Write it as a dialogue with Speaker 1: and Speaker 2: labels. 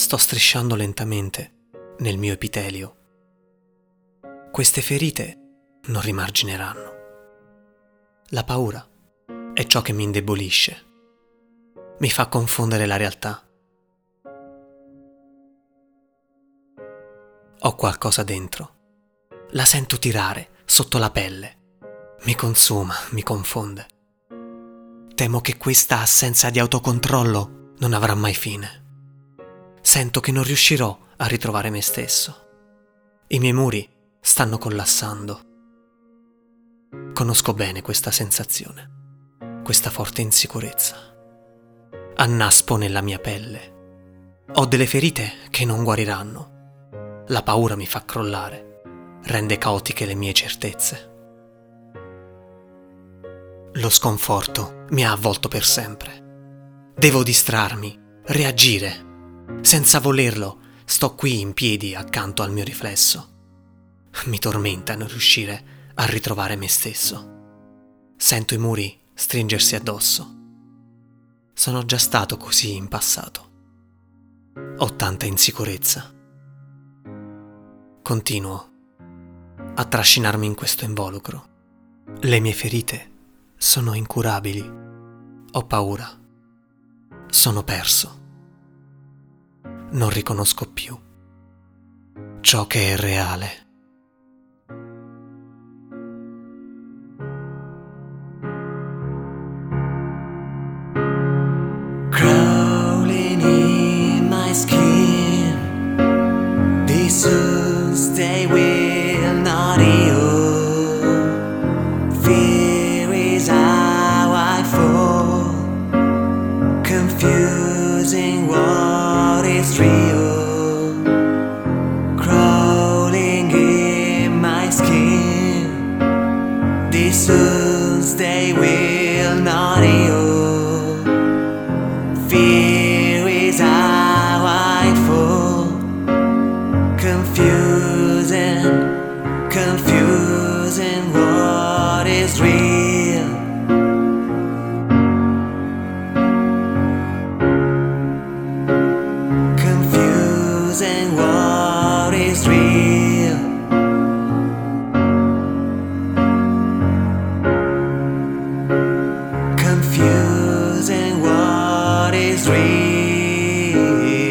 Speaker 1: sto strisciando lentamente nel mio epitelio. Queste ferite non rimargineranno. La paura è ciò che mi indebolisce, mi fa confondere la realtà. Ho qualcosa dentro, la sento tirare sotto la pelle, mi consuma, mi confonde. Temo che questa assenza di autocontrollo non avrà mai fine. Sento che non riuscirò a ritrovare me stesso. I miei muri stanno collassando. Conosco bene questa sensazione, questa forte insicurezza. Annaspo nella mia pelle. Ho delle ferite che non guariranno. La paura mi fa crollare, rende caotiche le mie certezze. Lo sconforto mi ha avvolto per sempre. Devo distrarmi, reagire. Senza volerlo, sto qui in piedi accanto al mio riflesso. Mi tormenta non riuscire a ritrovare me stesso. Sento i muri stringersi addosso. Sono già stato così in passato. Ho tanta insicurezza. Continuo a trascinarmi in questo involucro. Le mie ferite sono incurabili. Ho paura. Sono perso. Non riconosco più ciò che è reale.
Speaker 2: Crawling in my skin, these wounds they will not heal. Fear is how I fall, confusing what is real. Crawling in my skin, these wounds they will not heal. Fear is how I fall, confusing what is real. Confusing what is real. Confusing what is real.